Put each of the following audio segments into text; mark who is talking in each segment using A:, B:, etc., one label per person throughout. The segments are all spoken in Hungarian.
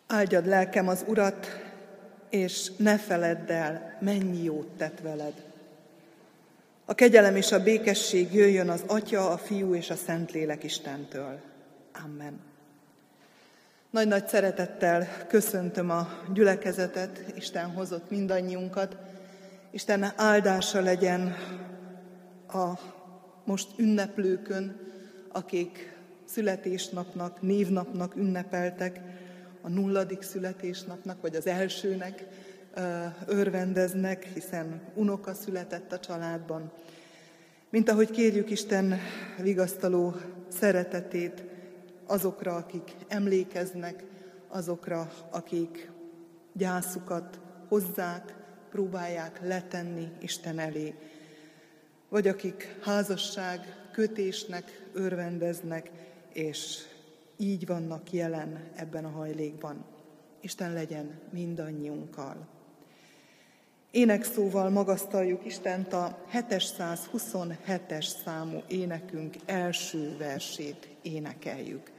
A: Áldjad lelkem az Urat, és ne feledd el, mennyi jót tett veled. A kegyelem és a békesség jöjjön az Atya, a Fiú és a Szentlélek Istentől. Amen. Nagy-nagy szeretettel köszöntöm a gyülekezetet, Isten hozott mindannyiunkat. Isten áldása legyen a most ünneplőkön, akik születésnapnak, névnapnak ünnepeltek, a 0. születésnapnak, vagy az elsőnek örvendeznek, hiszen unoka született a családban. Mint ahogy kérjük Isten vigasztaló szeretetét azokra, akik emlékeznek, azokra, akik gyászukat hozzák, próbálják letenni Isten elé, vagy akik házasság kötésnek örvendeznek, és így vannak jelen ebben a hajlékban. Isten legyen mindannyiunkkal. Énekszóval magasztaljuk Istent, a 727-es számú énekünk első versét énekeljük.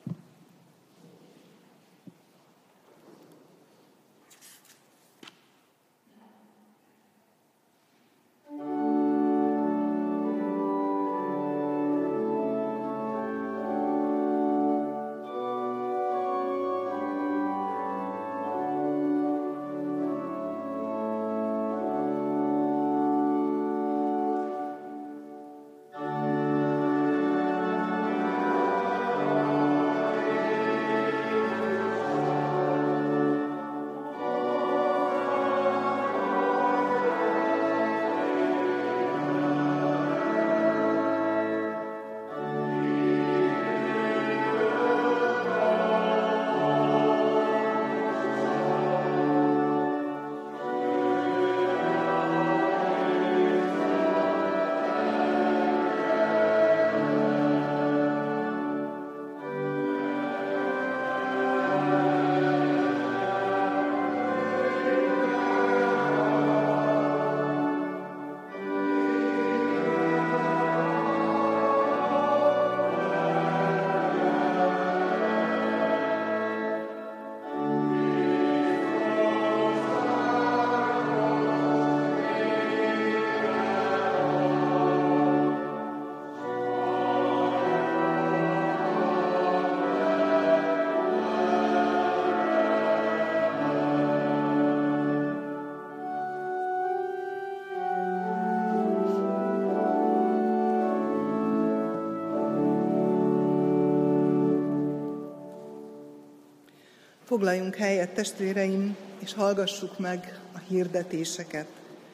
A: Foglaljunk helyet, testvéreim, és hallgassuk meg a hirdetéseket.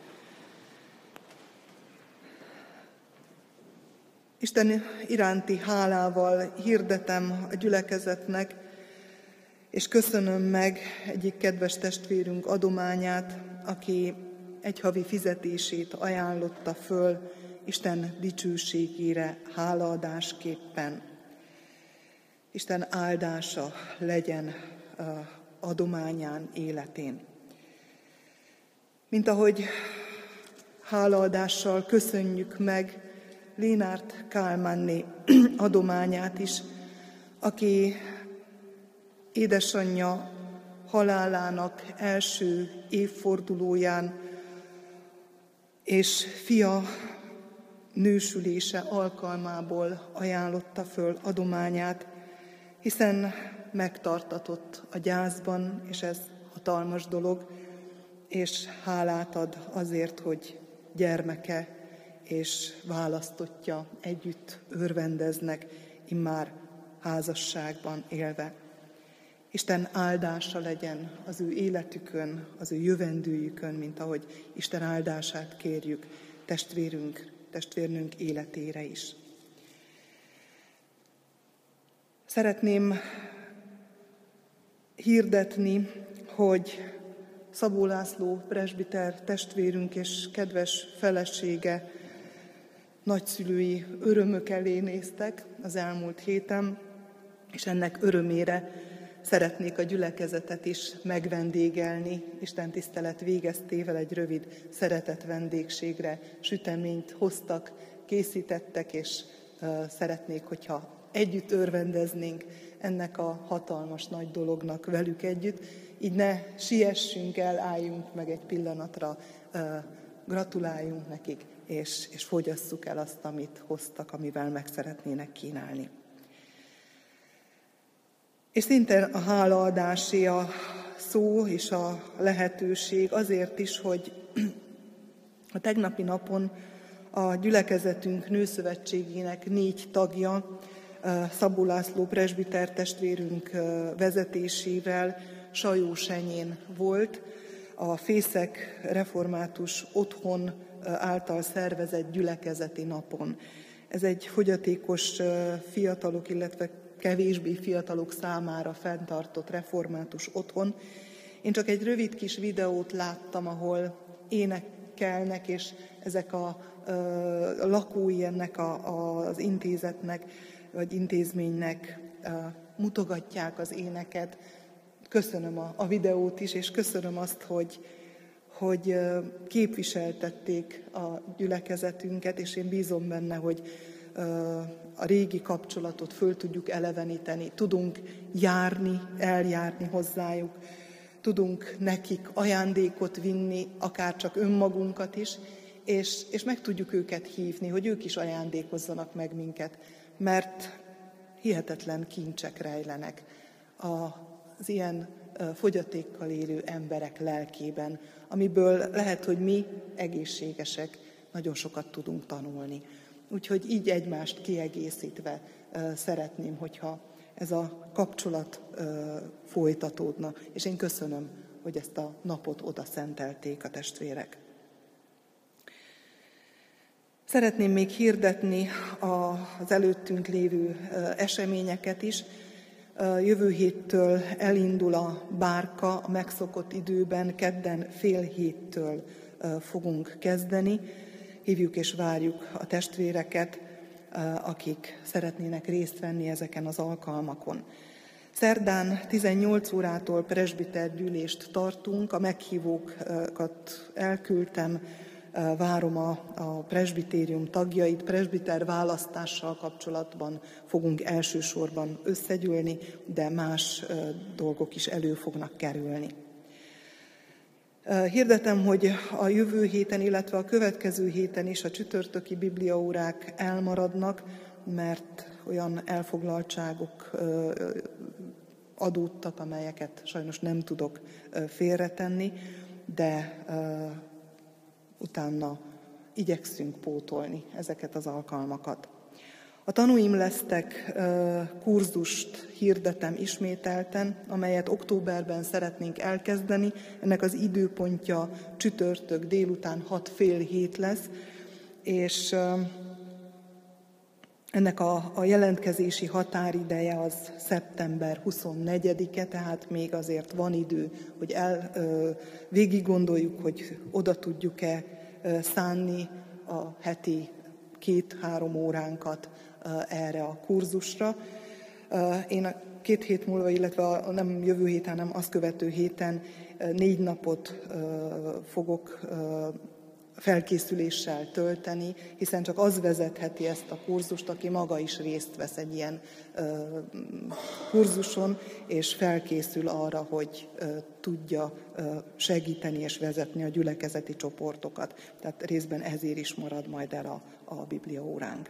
A: Isten iránti hálával hirdetem a gyülekezetnek, és köszönöm meg egyik kedves testvérünk adományát, aki egy havi fizetését ajánlotta föl Isten dicsőségére hálaadásképpen. Isten áldása legyen adományán, életén. Mint ahogy hálaadással köszönjük meg Lénárt Kálmánné adományát is, aki édesanyja halálának első évfordulóján és fia nősülése alkalmából ajánlotta föl adományát, hiszen megtartatott a gyászban, és ez hatalmas dolog, és hálát ad azért, hogy gyermeke és választottja együtt örvendeznek, immár házasságban élve. Isten áldása legyen az ő életükön, az ő jövendőjükön, mint ahogy Isten áldását kérjük testvérnünk életére is. Szeretném hirdetni, hogy Szabó László presbiter testvérünk és kedves felesége nagyszülői örömök elé néztek az elmúlt héten, és ennek örömére szeretnék a gyülekezetet is megvendégelni. Istentisztelet végeztével egy rövid szeretett vendégségre süteményt hoztak, készítettek, és szeretnék, hogyha együtt örvendeznénk ennek a hatalmas nagy dolognak velük együtt. Így ne siessünk el, álljunk meg egy pillanatra, gratuláljunk nekik, és fogyasszuk el azt, amit hoztak, amivel meg szeretnének kínálni. És szintén a hálaadásé a szó és a lehetőség azért is, hogy a tegnapi napon a gyülekezetünk nőszövetségének 4 tagja, Szabó László presbiter testvérünk vezetésével Sajósenyén volt, a Fészek Református Otthon által szervezett gyülekezeti napon. Ez egy fogyatékos fiatalok, illetve kevésbé fiatalok számára fenntartott református otthon. Én csak egy rövid kis videót láttam, ahol énekelnek, és ezek a lakói ennek az intézetnek, vagy intézménynek mutogatják az éneket. Köszönöm a videót is, és köszönöm azt, hogy képviseltették a gyülekezetünket, és én bízom benne, hogy a régi kapcsolatot föl tudjuk eleveníteni, tudunk eljárni hozzájuk, tudunk nekik ajándékot vinni, akár csak önmagunkat is, és meg tudjuk őket hívni, hogy ők is ajándékozzanak meg minket, mert hihetetlen kincsek rejlenek az ilyen fogyatékkal élő emberek lelkében, amiből lehet, hogy mi egészségesek nagyon sokat tudunk tanulni. Úgyhogy így egymást kiegészítve szeretném, hogyha ez a kapcsolat folytatódna. És én köszönöm, hogy ezt a napot oda szentelték a testvérek. Szeretném még hirdetni az előttünk lévő eseményeket is. Jövő héttől elindul a bárka, a megszokott időben, kedden 6:30 fogunk kezdeni. Hívjuk és várjuk a testvéreket, akik szeretnének részt venni ezeken az alkalmakon. Szerdán 18 órától presbitergyűlést tartunk, a meghívókat elküldtem, várom a presbitérium tagjait, presbiter választással kapcsolatban fogunk elsősorban összegyűlni, de más dolgok is elő fognak kerülni. Hirdetem, hogy a jövő héten, illetve a következő héten is a csütörtöki bibliaórák elmaradnak, mert olyan elfoglaltságok adódtak, amelyeket sajnos nem tudok félretenni, de utána igyekszünk pótolni ezeket az alkalmakat. A Tanúim lesztek kurzust hirdetem ismételten, amelyet októberben szeretnénk elkezdeni. Ennek az időpontja csütörtök délután 6:30 lesz, és ennek a jelentkezési határideje az szeptember 24-e, tehát még azért van idő, hogy végig gondoljuk, hogy oda tudjuk-e szánni a heti 2-3 óránkat erre a kurzusra. Én a 2 hét múlva, illetve nem jövő héten, hanem azt követő héten 4 napot fogok felkészüléssel tölteni, hiszen csak az vezetheti ezt a kurzust, aki maga is részt vesz egy ilyen kurzuson, és felkészül arra, hogy tudja segíteni és vezetni a gyülekezeti csoportokat. Tehát részben ezért is marad majd el a bibliaóránk.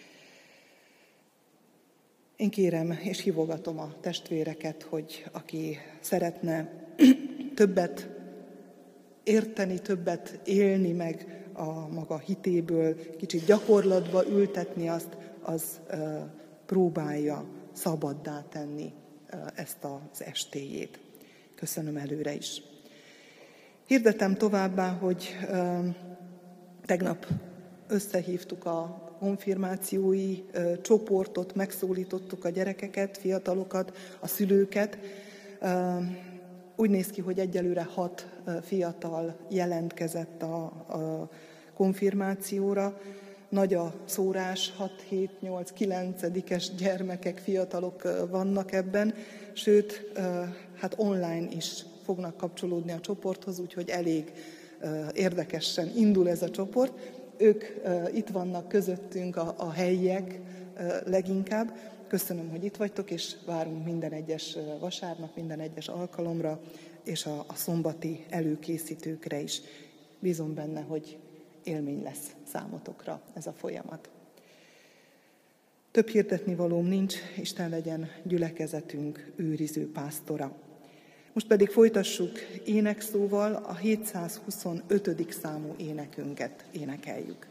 A: Én kérem és hívogatom a testvéreket, hogy aki szeretne többet érteni, többet élni meg a maga hitéből, kicsit gyakorlatba ültetni azt, az próbálja szabaddá tenni ezt az estéjét. Köszönöm előre is. Hirdetem továbbá, hogy tegnap összehívtuk a konfirmációi csoportot, megszólítottuk a gyerekeket, fiatalokat, a szülőket. Úgy néz ki, hogy egyelőre 6 fiatal jelentkezett a konfirmációra. Nagy a szórás, 6, 7, 8, 9-es gyermekek, fiatalok vannak ebben, sőt, hát online is fognak kapcsolódni a csoporthoz, úgyhogy elég érdekesen indul ez a csoport. Ők itt vannak közöttünk, a helyiek leginkább. Köszönöm, hogy itt vagytok, és várunk minden egyes vasárnap, minden egyes alkalomra, és a szombati előkészítőkre is. Bízom benne, hogy élmény lesz számotokra ez a folyamat. Több hirdetnivalóm nincs, Isten legyen gyülekezetünk őriző pásztora. Most pedig folytassuk énekszóval, a 725. számú énekünket énekeljük.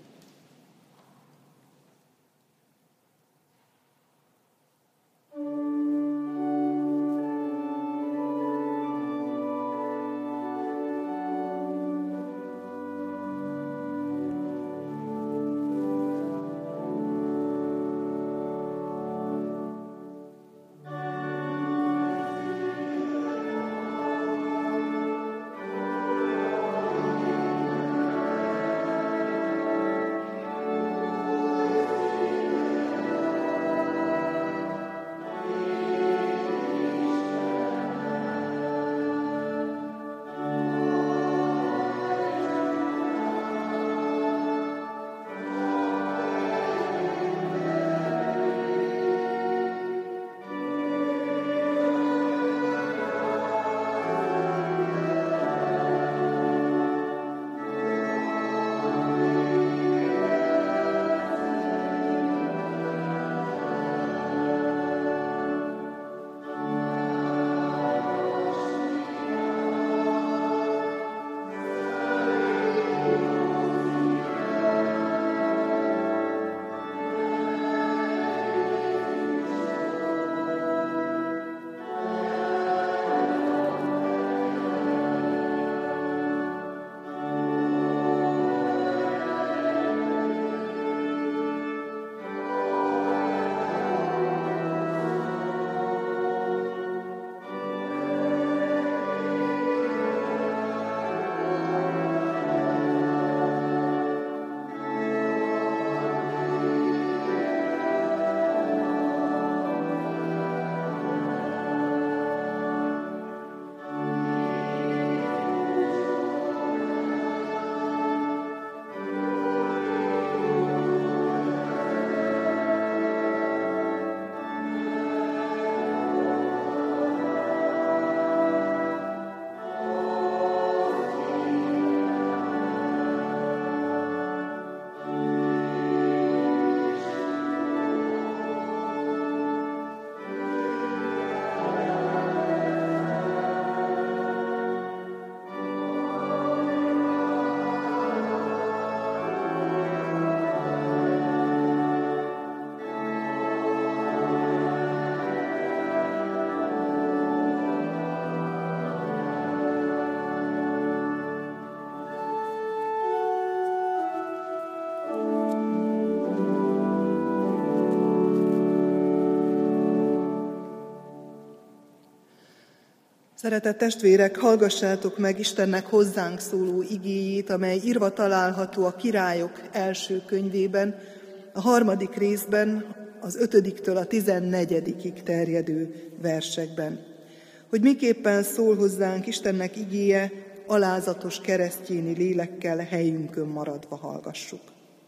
A: Szeretett testvérek, hallgassátok meg Istennek hozzánk szóló igéjét, amely írva található a Királyok első könyvében, a 3. részben, az 5-től a 14. terjedő versekben. Hogy miképpen szól hozzánk Istennek igéje, alázatos keresztjéni lélekkel helyünkön maradva hallgassuk.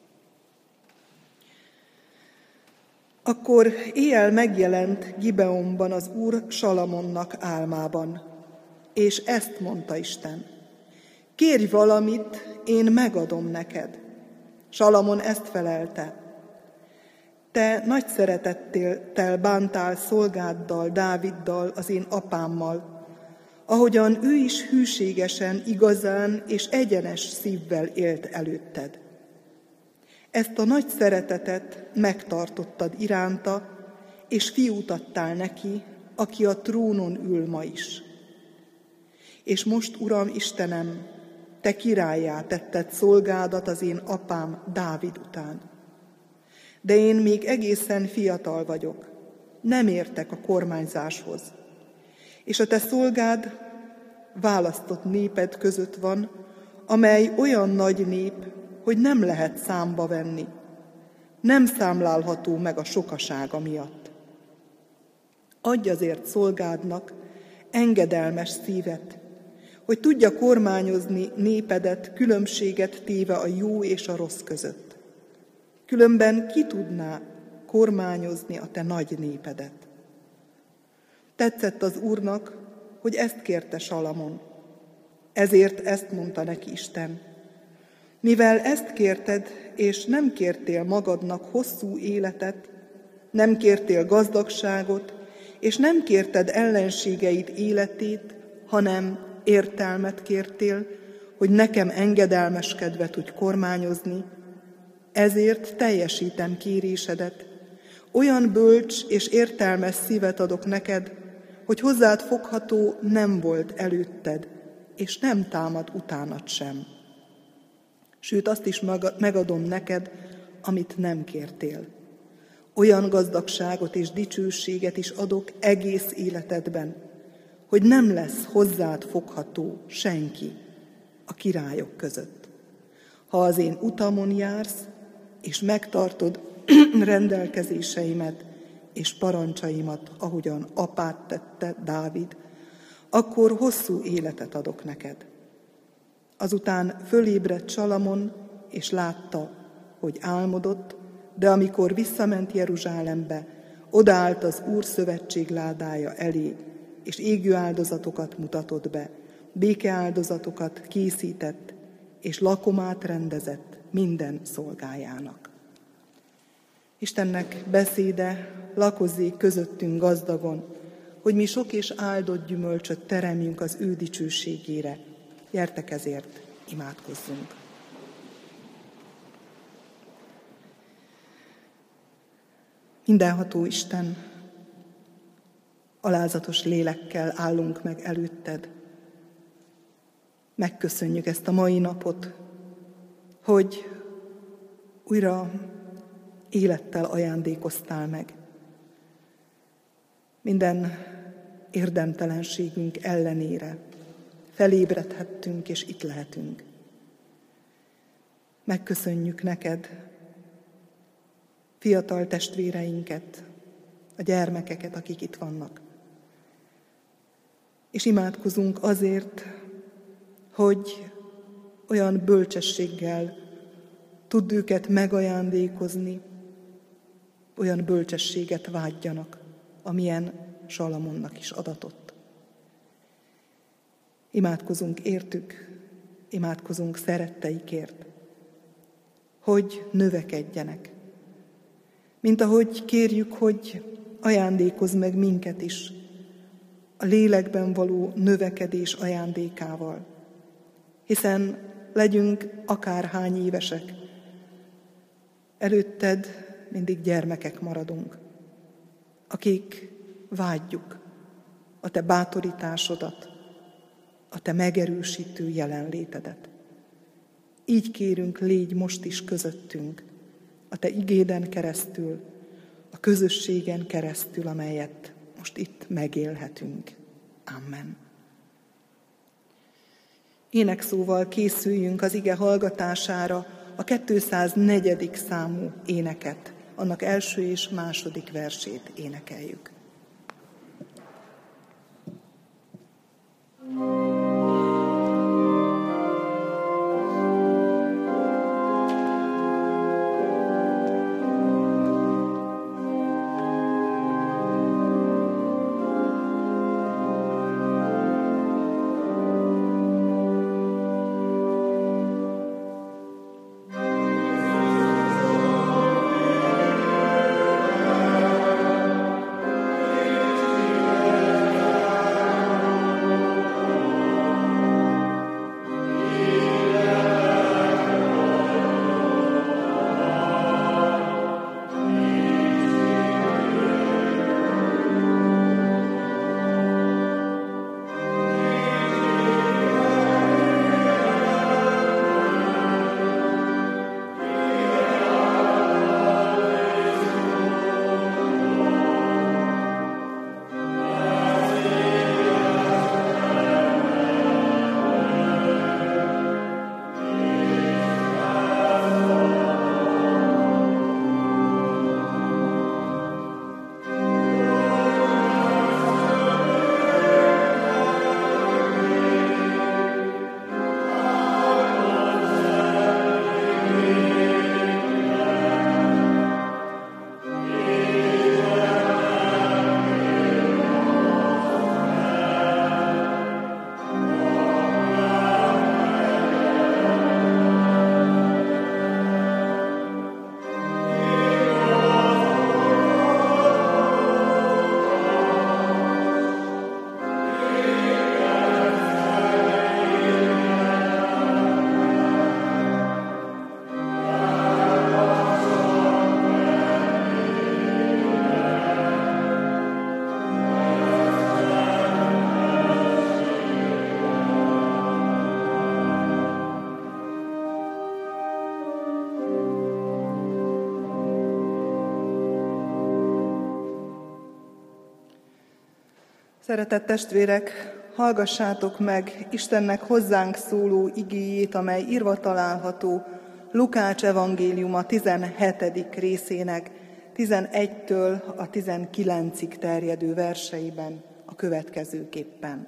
A: Akkor éjjel megjelent Gibeonban az Úr Salamonnak álmában, és ezt mondta Isten: kérj valamit, én megadom neked. Salamon ezt felelte: te nagy szeretettel bántál szolgáddal, Dáviddal, az én apámmal, ahogyan ő is hűségesen, igazán és egyenes szívvel élt előtted. Ezt a nagy szeretetet megtartottad iránta, és fiút adtál neki, aki a trónon ül ma is. És most, Uram Istenem, te királlyá tetted szolgádat az én apám Dávid után. De én még egészen fiatal vagyok, nem értek a kormányzáshoz. És a te szolgád választott néped között van, amely olyan nagy nép, hogy nem lehet számba venni, nem számlálható meg a sokasága miatt. Adj azért szolgádnak engedelmes szívet, hogy tudja kormányozni népedet, különbséget téve a jó és a rossz között. Különben ki tudná kormányozni a te nagy népedet. Tetszett az Úrnak, hogy ezt kérte Salamon. Ezért ezt mondta neki Isten: mivel ezt kérted, és nem kértél magadnak hosszú életet, nem kértél gazdagságot, és nem kérted ellenségeid életét, hanem értelmet kértél, hogy nekem engedelmeskedve tudj kormányozni, ezért teljesítem kérésedet. Olyan bölcs és értelmes szívet adok neked, hogy hozzád fogható nem volt előtted, és nem támad utánad sem. Sőt, azt is megadom neked, amit nem kértél. Olyan gazdagságot és dicsőséget is adok egész életedben, hogy nem lesz hozzád fogható senki a királyok között. Ha az én utamon jársz, és megtartod rendelkezéseimet és parancsaimat, ahogyan apád tette, Dávid, akkor hosszú életet adok neked. Azután fölébredt Salamon, és látta, hogy álmodott, de amikor visszament Jeruzsálembe, odaállt az Úr szövetségládája elé, és égő áldozatokat mutatott be, békeáldozatokat készített, és lakomát rendezett minden szolgájának. Istennek beszéde lakozzék közöttünk gazdagon, hogy mi sok és áldott gyümölcsöt teremjünk az ő dicsőségére. Gyertek ezért, imádkozzunk! Mindenható Isten, alázatos lélekkel állunk meg előtted. Megköszönjük ezt a mai napot, hogy újra élettel ajándékoztál meg. Minden érdemtelenségünk ellenére felébredhettünk, és itt lehetünk. Megköszönjük neked fiatal testvéreinket, a gyermekeket, akik itt vannak. És imádkozunk azért, hogy olyan bölcsességgel tudd őket megajándékozni, olyan bölcsességet vágyjanak, amilyen Salamonnak is adatott. Imádkozunk értük, imádkozunk szeretteikért, hogy növekedjenek. Mint ahogy kérjük, hogy ajándékozz meg minket is a lélekben való növekedés ajándékával, hiszen legyünk akárhány évesek, előtted mindig gyermekek maradunk, akik vágyjuk a te bátorításodat, a te megerősítő jelenlétedet. Így kérünk, légy most is közöttünk, a te igéden keresztül, a közösségen keresztül, amelyet most itt megélhetünk. Amen. Énekszóval készüljünk az ige hallgatására, a 204. számú éneket, annak első és második versét énekeljük. Szeretett testvérek, hallgassátok meg Istennek hozzánk szóló igéjét, amely írva található Lukács evangéliuma 17. részének 11-től a 19-ig terjedő verseiben a következőképpen.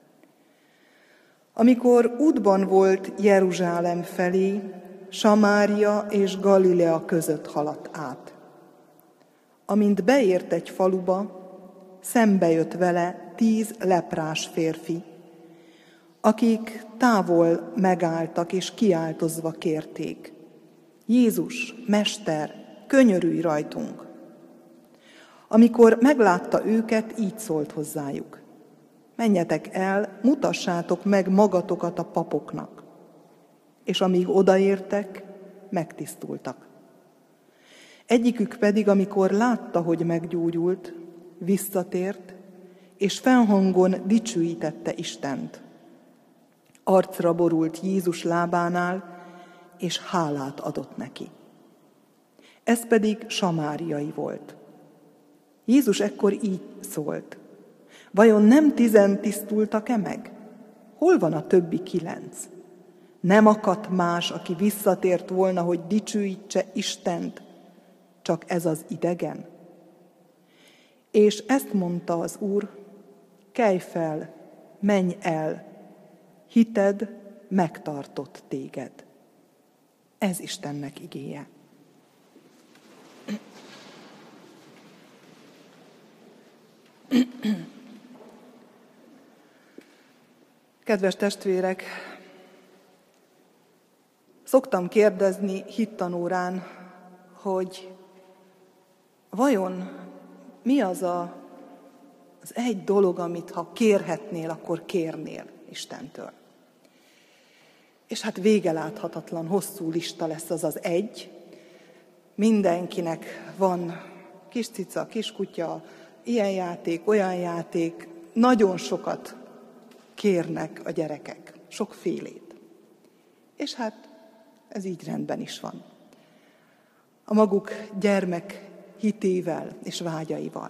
A: Amikor útban volt Jeruzsálem felé, Samária és Galilea között haladt át. Amint beért egy faluba, szembe jött vele 10 leprás férfi, akik távol megálltak és kiáltozva kérték: Jézus, Mester, könyörülj rajtunk! Amikor meglátta őket, így szólt hozzájuk: menjetek el, mutassátok meg magatokat a papoknak. És amíg odaértek, megtisztultak. Egyikük pedig, amikor látta, hogy meggyógyult, visszatért, és fennhangon dicsőítette Istent. Arcra borult Jézus lábánál, és hálát adott neki. Ez pedig samáriai volt. Jézus ekkor így szólt: vajon nem 10 tisztultak-e meg? Hol van a többi 9? Nem akadt más, aki visszatért volna, hogy dicsőítse Istent, csak ez az idegen? És ezt mondta az Úr: kelj fel, menj el, hited megtartott téged. Ez Istennek igéje. Kedves testvérek, szoktam kérdezni hittanórán, hogy vajon mi az egy dolog, amit ha kérhetnél, akkor kérnél Istentől. És hát végeláthatatlan hosszú lista lesz az egy. Mindenkinek van kis cica, kis kutya, ilyen játék, olyan játék, nagyon sokat kérnek a gyerekek, sokfélét. És hát ez így rendben is van. A maguk gyermek hitével és vágyaival.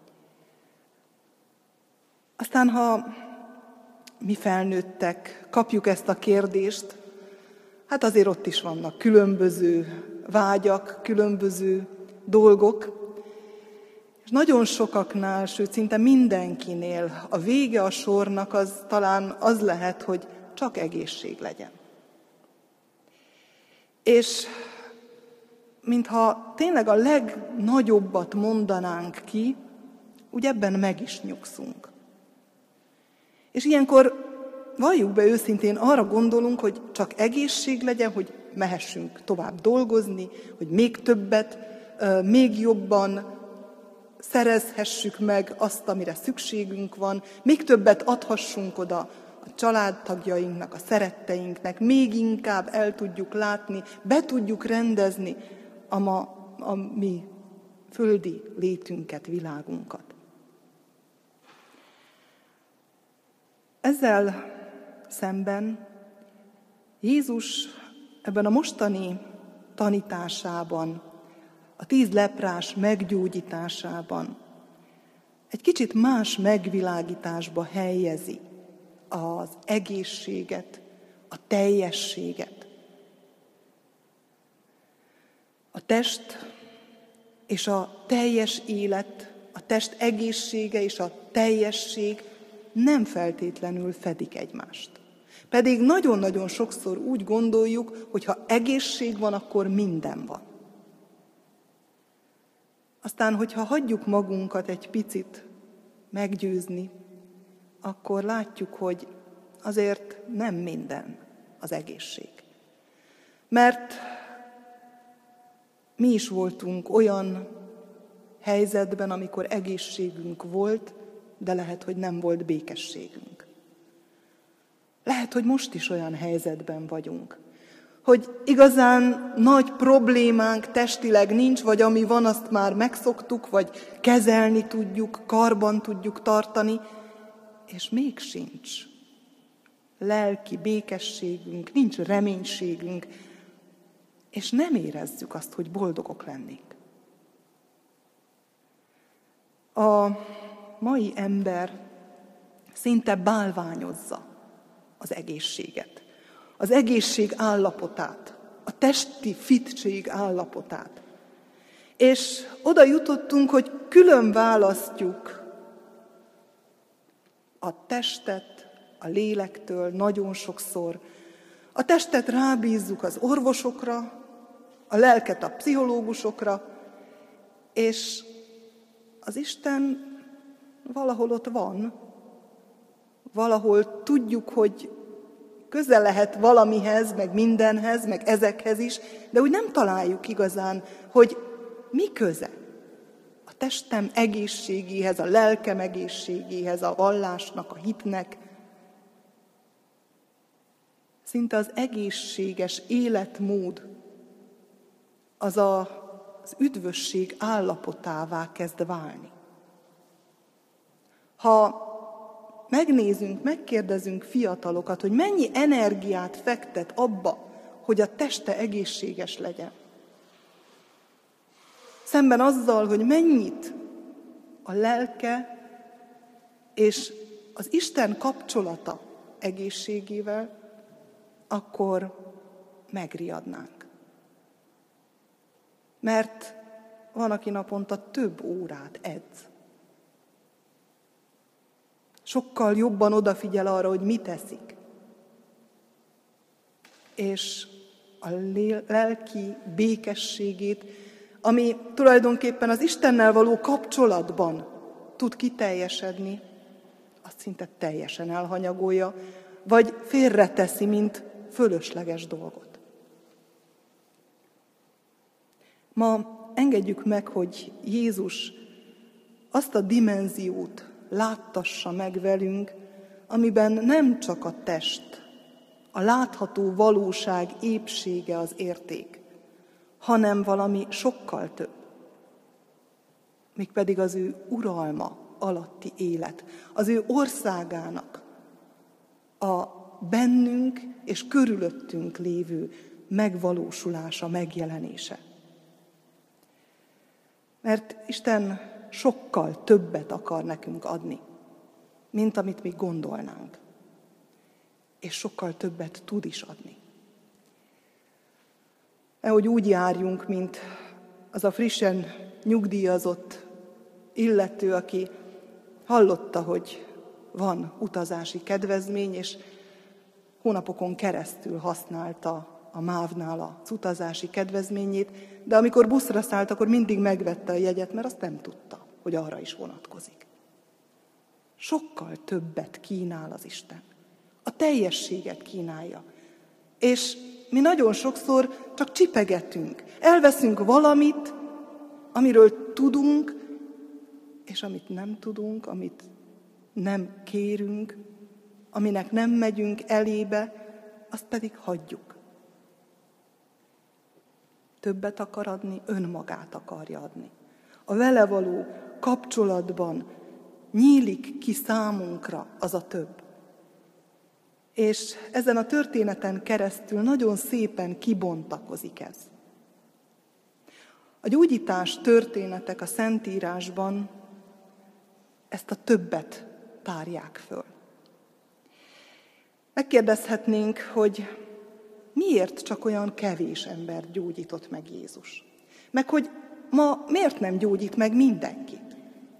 A: Aztán, ha mi felnőttek kapjuk ezt a kérdést, hát azért ott is vannak különböző vágyak, különböző dolgok, és nagyon sokaknál, sőt szinte mindenkinél a vége a sornak az talán az lehet, hogy csak egészség legyen. És mintha tényleg a legnagyobbat mondanánk ki, úgy ebben meg is nyugszunk. És ilyenkor valljuk be őszintén, arra gondolunk, hogy csak egészség legyen, hogy mehessünk tovább dolgozni, hogy még többet, még jobban szerezhessük meg azt, amire szükségünk van, még többet adhassunk oda a családtagjainknak, a szeretteinknek, még inkább el tudjuk látni, be tudjuk rendezni a mi földi létünket, világunkat. Ezzel szemben Jézus ebben a mostani tanításában, a 10 leprás meggyógyításában egy kicsit más megvilágításba helyezi az egészséget, a teljességet. A test és a teljes élet, a test egészsége és a teljesség nem feltétlenül fedik egymást. Pedig nagyon-nagyon sokszor úgy gondoljuk, hogy ha egészség van, akkor minden van. Aztán, hogyha hagyjuk magunkat egy picit meggyőzni, akkor látjuk, hogy azért nem minden az egészség. Mert mi is voltunk olyan helyzetben, amikor egészségünk volt, de lehet, hogy nem volt békességünk. Lehet, hogy most is olyan helyzetben vagyunk, hogy igazán nagy problémánk testileg nincs, vagy ami van, azt már megszoktuk, vagy kezelni tudjuk, karban tudjuk tartani, és még sincs lelki békességünk, nincs reménységünk, és nem érezzük azt, hogy boldogok lennénk. A mai ember szinte bálványozza az egészséget, az egészség állapotát, a testi fittség állapotát. És oda jutottunk, hogy külön választjuk a testet a lélektől nagyon sokszor. A testet rábízzuk az orvosokra, a lelket a pszichológusokra, és az Isten valahol ott van, valahol tudjuk, hogy közel lehet valamihez, meg mindenhez, meg ezekhez is, de úgy nem találjuk igazán, hogy mi köze a testem egészségéhez, a lelkem egészségéhez, a vallásnak, a hitnek. Szinte az egészséges életmód az üdvösség állapotává kezd válni. Ha megkérdezünk fiatalokat, hogy mennyi energiát fektet abba, hogy a teste egészséges legyen, szemben azzal, hogy mennyit a lelke és az Isten kapcsolata egészségével, akkor megriadnánk. Mert van, aki naponta több órát edz. Sokkal jobban odafigyel arra, hogy mit eszik. És a lelki békességét, ami tulajdonképpen az Istennel való kapcsolatban tud kiteljesedni, azt szinte teljesen elhanyagolja, vagy félreteszi, mint fölösleges dolgot. Ma engedjük meg, hogy Jézus azt a dimenziót láttassa meg velünk, amiben nem csak a test, a látható valóság épsége az érték, hanem valami sokkal több, mégpedig az ő uralma alatti élet, az ő országának a bennünk és körülöttünk lévő megvalósulása, megjelenése. Mert Isten sokkal többet akar nekünk adni, mint amit mi gondolnánk. És sokkal többet tud is adni. Nehogy úgy járjunk, mint az a frissen nyugdíjazott illető, aki hallotta, hogy van utazási kedvezmény, és hónapokon keresztül használta a MÁV-nál az utazási kedvezményét, de amikor buszra szállt, akkor mindig megvette a jegyet, mert azt nem tudta, hogy arra is vonatkozik. Sokkal többet kínál az Isten. A teljességet kínálja. És mi nagyon sokszor csak csipegetünk. Elveszünk valamit, amiről tudunk, és amit nem tudunk, amit nem kérünk, aminek nem megyünk elébe, azt pedig hagyjuk. Többet akar adni, önmagát akarja adni. A vele való kapcsolatban nyílik ki számunkra az a több. És ezen a történeten keresztül nagyon szépen kibontakozik ez. A gyógyítás történetek a Szentírásban ezt a többet tárják föl. Megkérdezhetnénk, hogy miért csak olyan kevés ember gyógyított meg Jézus? Meg hogy ma miért nem gyógyít meg mindenkit?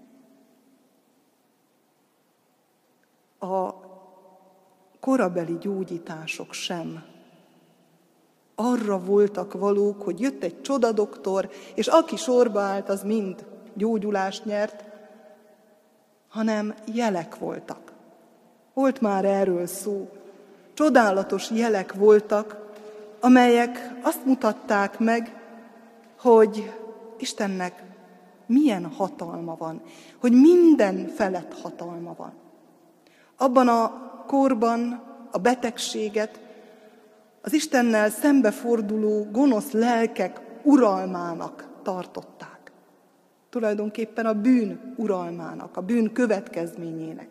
A: A korabeli gyógyítások sem arra voltak valók, hogy jött egy csodadoktor, és aki sorba állt, az mind gyógyulást nyert, hanem jelek voltak. Volt már erről szó. Csodálatos jelek voltak, amelyek azt mutatták meg, hogy Istennek milyen hatalma van, hogy minden felett hatalma van. Abban a korban a betegséget az Istennel szembeforduló gonosz lelkek uralmának tartották. Tulajdonképpen a bűn uralmának, a bűn következményének.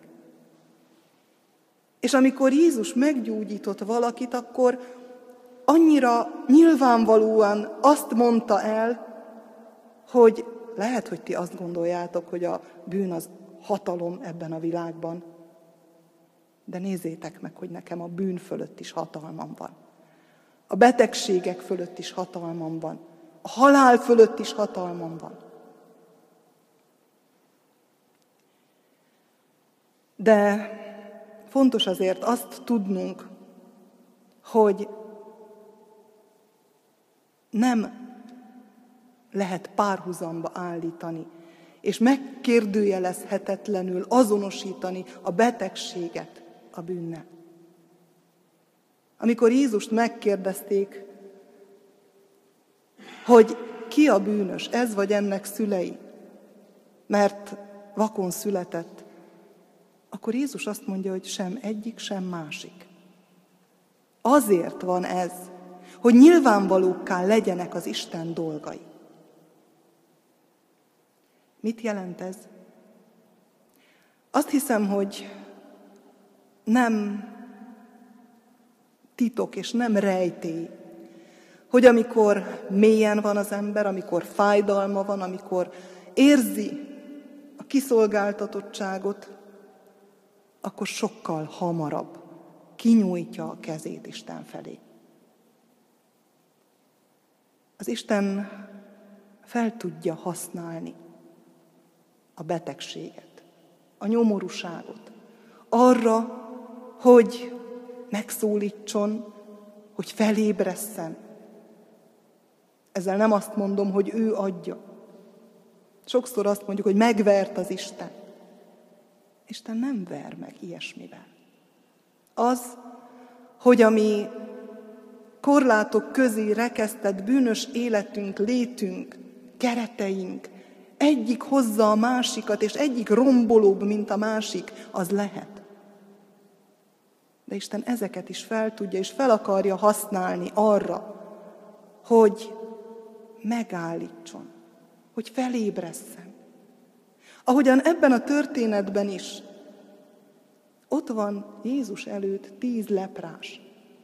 A: És amikor Jézus meggyógyított valakit, akkor annyira nyilvánvalóan azt mondta el, hogy lehet, hogy ti azt gondoljátok, hogy a bűn az hatalom ebben a világban, De nézzétek meg, hogy nekem a bűn fölött is hatalmam van. A betegségek fölött is hatalmam van. A halál fölött is hatalmam van. De fontos azért azt tudnunk, hogy nem lehet párhuzamba állítani, és megkérdőjelezhetetlenül azonosítani a betegséget a bűnnel. Amikor Jézust megkérdezték, hogy ki a bűnös, ez vagy ennek szülei, mert vakon született, akkor Jézus azt mondja, hogy sem egyik, sem másik. Azért van ez, hogy nyilvánvalókká legyenek az Isten dolgai. Mit jelent ez? Azt hiszem, hogy nem titok és nem rejtély, hogy amikor mélyen van az ember, amikor fájdalma van, amikor érzi a kiszolgáltatottságot, akkor sokkal hamarabb kinyújtja a kezét Isten felé. Az Isten fel tudja használni a betegséget, a nyomorúságot, arra, hogy megszólítson, hogy felébresszen. Ezzel nem azt mondom, hogy ő adja. Sokszor azt mondjuk, hogy megvert az Isten. Isten nem ver meg ilyesmivel. Az, hogy a mi korlátok közé rekesztett bűnös életünk, létünk, kereteink, egyik hozza a másikat, és egyik rombolóbb, mint a másik, az lehet. De Isten ezeket is fel tudja, és fel akarja használni arra, hogy megállítson, hogy felébresszen. Ahogyan ebben a történetben is, ott van Jézus előtt 10 leprás.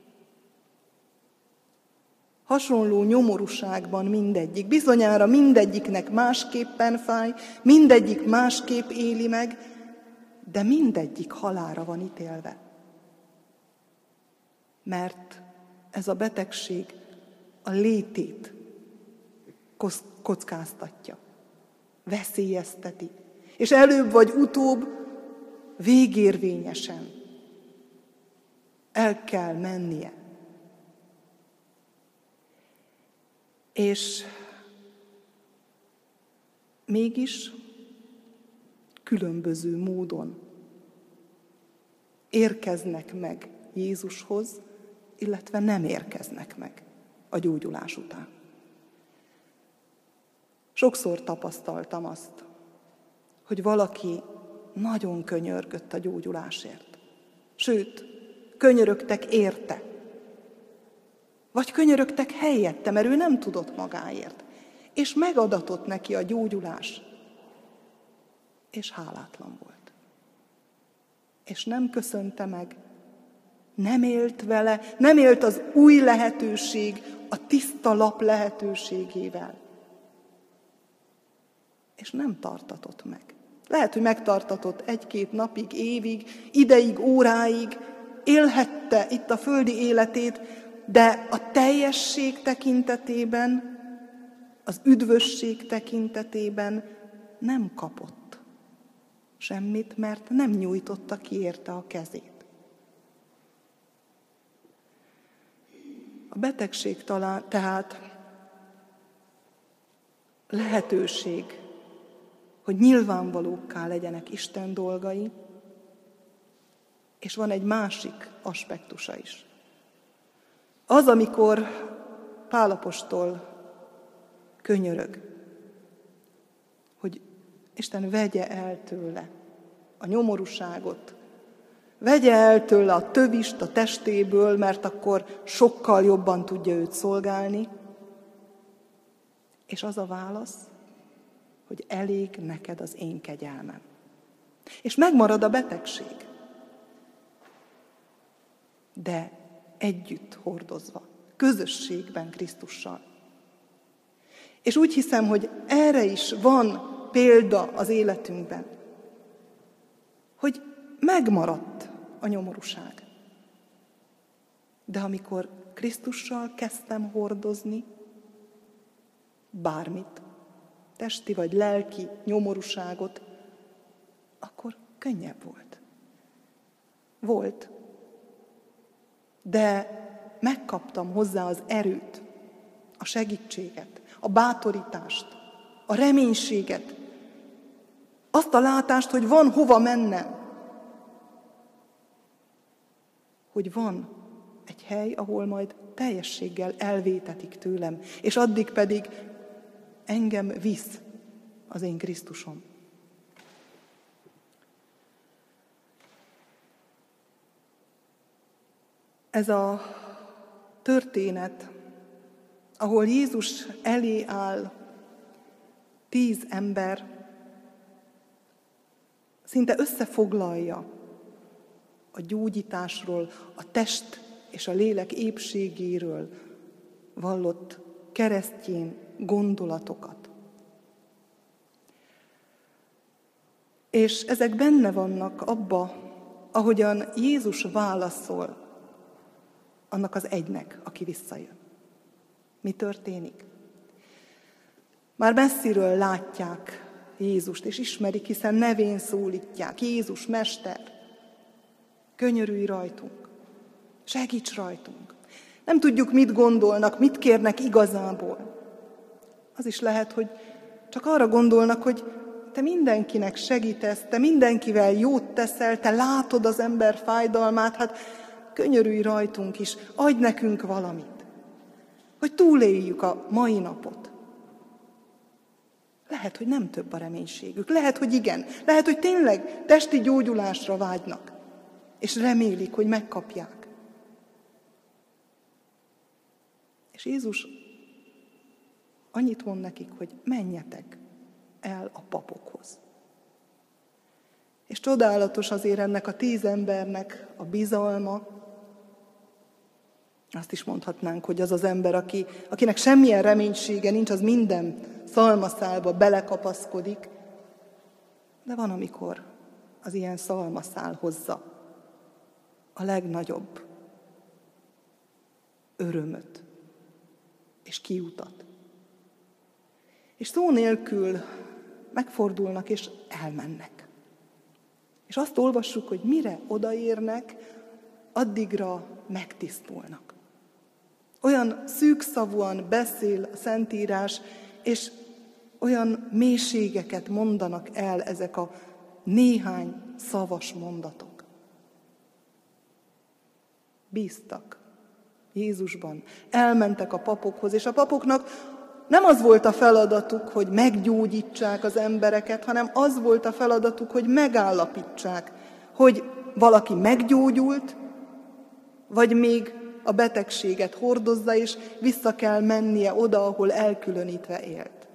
A: Hasonló nyomorúságban mindegyik. Bizonyára mindegyiknek másképpen fáj, mindegyik másképp éli meg, de mindegyik halálra van ítélve. Mert ez a betegség a létét kockáztatja, veszélyezteti, és előbb vagy utóbb végérvényesen el kell mennie. És mégis különböző módon érkeznek meg Jézushoz, illetve nem érkeznek meg a gyógyulás után. Sokszor tapasztaltam azt, hogy valaki nagyon könyörgött a gyógyulásért. Sőt, könyörögtek érte. Vagy könyörögtek helyette, mert ő nem tudott magáért. És megadatott neki a gyógyulás. És hálátlan volt. És nem köszönte meg, nem élt vele, nem élt az új lehetőség, a tiszta lap lehetőségével. És nem tartatott meg. Lehet, hogy megtartatott 1-2 napig, évig, ideig, óráig, élhette itt a földi életét, de a teljesség tekintetében, az üdvösség tekintetében nem kapott semmit, mert nem nyújtotta ki érte a kezét. A betegség tehát lehetőség, hogy nyilvánvalókká legyenek Isten dolgai, és van egy másik aspektusa is. Az, amikor Pál apostol könyörög, hogy Isten vegye el tőle a nyomorúságot, vegye el tőle a tövist a testéből, mert akkor sokkal jobban tudja őt szolgálni, és az a válasz, hogy elég neked az én kegyelmem. És megmarad a betegség, de együtt hordozva, közösségben Krisztussal. És úgy hiszem, hogy erre is van példa az életünkben, hogy megmaradt a nyomorúság. De amikor Krisztussal kezdtem hordozni bármit, testi vagy lelki nyomorúságot, akkor könnyebb volt. Volt. De megkaptam hozzá az erőt, a segítséget, a bátorítást, a reménységet, azt a látást, hogy van hova mennem. Hogy van egy hely, ahol majd teljességgel elvétetik tőlem, és addig pedig engem visz az én Krisztusom. Ez a történet, ahol Jézus elé áll 10 ember, szinte összefoglalja a gyógyításról, a test és a lélek épségéről vallott keresztény gondolatokat. És ezek benne vannak abba, ahogyan Jézus válaszol annak az egynek, aki visszajön. Mi történik? Már messziről látják Jézust, és ismerik, hiszen nevén szólítják. Jézus, Mester, könyörülj rajtunk, segíts rajtunk. Nem tudjuk, mit gondolnak, mit kérnek igazából. Az is lehet, hogy csak arra gondolnak, hogy te mindenkinek segítesz, te mindenkivel jót teszel, te látod az ember fájdalmát, hát könyörülj rajtunk is, adj nekünk valamit, hogy túléljük a mai napot. Lehet, hogy nem több a reménységük, lehet, hogy igen, lehet, hogy tényleg testi gyógyulásra vágynak, és remélik, hogy megkapják. És Jézus annyit mond nekik, hogy menjetek el a papokhoz. És csodálatos azért ennek a 10 embernek a bizalma. Azt is mondhatnánk, hogy az az ember, akinek semmilyen reménysége nincs, az minden szalmaszálba belekapaszkodik. De van, amikor az ilyen szalmaszál hozza a legnagyobb örömöt és kiutat. És szó nélkül megfordulnak és elmennek. És azt olvassuk, hogy mire odaérnek, addigra megtisztulnak. Olyan szűkszavúan beszél a Szentírás, és olyan mélységeket mondanak el ezek a néhány szavas mondatok. Bíztak Jézusban, elmentek a papokhoz, és a papoknak nem az volt a feladatuk, hogy meggyógyítsák az embereket, hanem az volt a feladatuk, hogy megállapítsák, hogy valaki meggyógyult, vagy még a betegséget hordozza, és vissza kell mennie oda, ahol elkülönítve élt.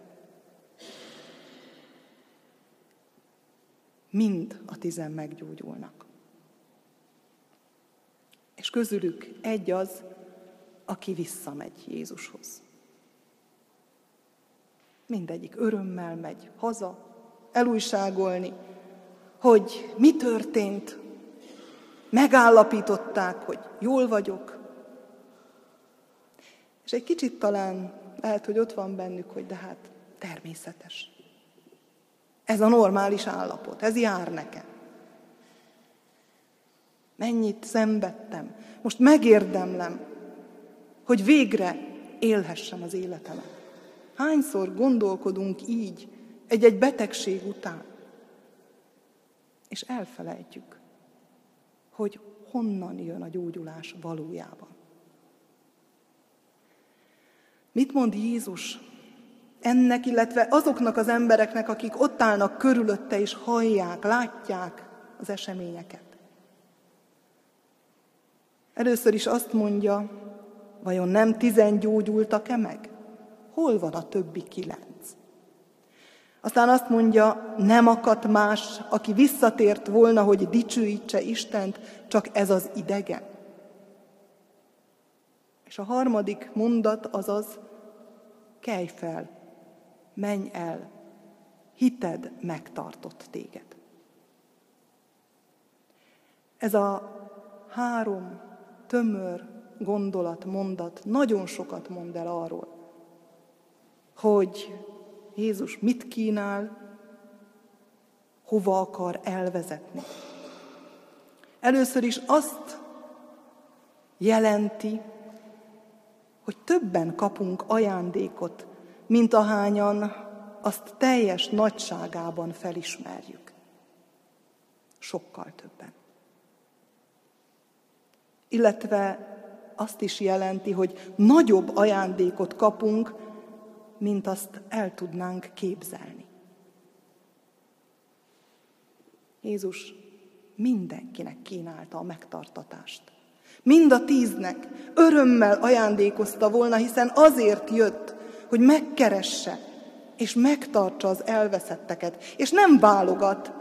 A: Mind a 10 meggyógyulnak. És közülük egy az, aki visszamegy Jézushoz. Mindegyik örömmel megy haza, elújságolni, hogy mi történt. Megállapították, hogy jól vagyok. És egy kicsit talán lehet, hogy ott van bennük, hogy de hát természetes. Ez a normális állapot, ez jár nekem. Mennyit szenvedtem, most megérdemlem, hogy végre élhessem az életemet. Hányszor gondolkodunk így egy-egy betegség után, és elfelejtjük, hogy honnan jön a gyógyulás valójában. Mit mond Jézus ennek, illetve azoknak az embereknek, akik ott állnak körülötte és hallják, látják az eseményeket? Először is azt mondja, vajon nem 10 gyógyultak-e meg? Hol van a többi 9? Aztán azt mondja, nem akadt más, aki visszatért volna, hogy dicsőítse Istent, csak ez az idegen. És a harmadik mondat azaz, kelj fel, menj el, hited megtartott téged. Ez a 3 tömör gondolat, mondat nagyon sokat mond el arról, hogy Jézus mit kínál, hova akar elvezetni. Először is azt jelenti, hogy többen kapunk ajándékot, mint ahányan azt teljes nagyságában felismerjük. Sokkal többen. Illetve azt is jelenti, hogy nagyobb ajándékot kapunk, mint azt el tudnánk képzelni. Jézus mindenkinek kínálta a megtartatást. Mind a 10-nek örömmel ajándékozta volna, hiszen azért jött, hogy megkeresse és megtartsa az elveszetteket. És nem válogat.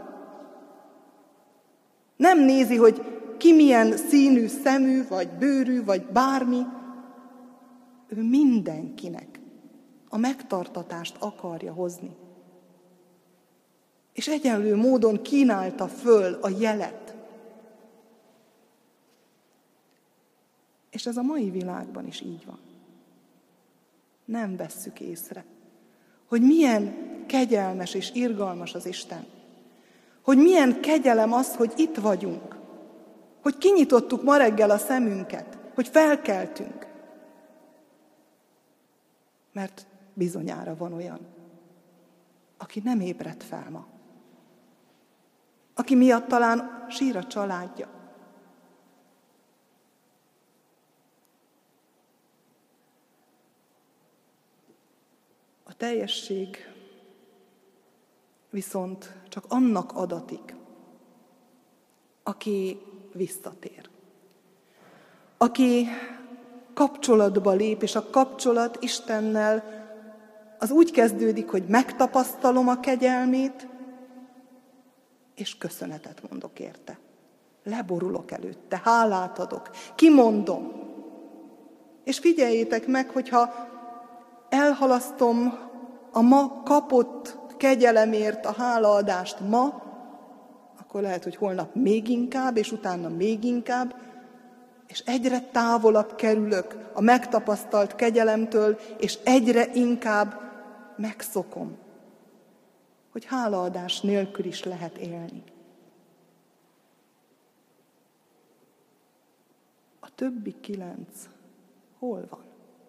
A: Nem nézi, hogy ki milyen színű szemű, vagy bőrű, vagy bármi. Ő mindenkinek a megtartatást akarja hozni. És egyenlő módon kínálta föl a jelet. És ez a mai világban is így van. Nem vesszük észre, hogy milyen kegyelmes és irgalmas az Isten. Hogy milyen kegyelem az, hogy itt vagyunk. Hogy kinyitottuk ma reggel a szemünket, hogy felkeltünk. Mert bizonyára van olyan, aki nem ébredt fel ma. Aki miatt talán sír a családja. A teljesség viszont csak annak adatik, aki visszatér. Aki kapcsolatba lép, és a kapcsolat Istennel az úgy kezdődik, hogy megtapasztalom a kegyelmét, és köszönetet mondok érte. Leborulok előtte, hálát adok, kimondom. És figyeljétek meg, hogyha elhalasztom a ma kapott kegyelemért a hálaadást ma, akkor lehet, hogy holnap még inkább, és utána még inkább, és egyre távolabb kerülök a megtapasztalt kegyelemtől, és egyre inkább megszokom, hogy hálaadás nélkül is lehet élni. A többi 9 hol van?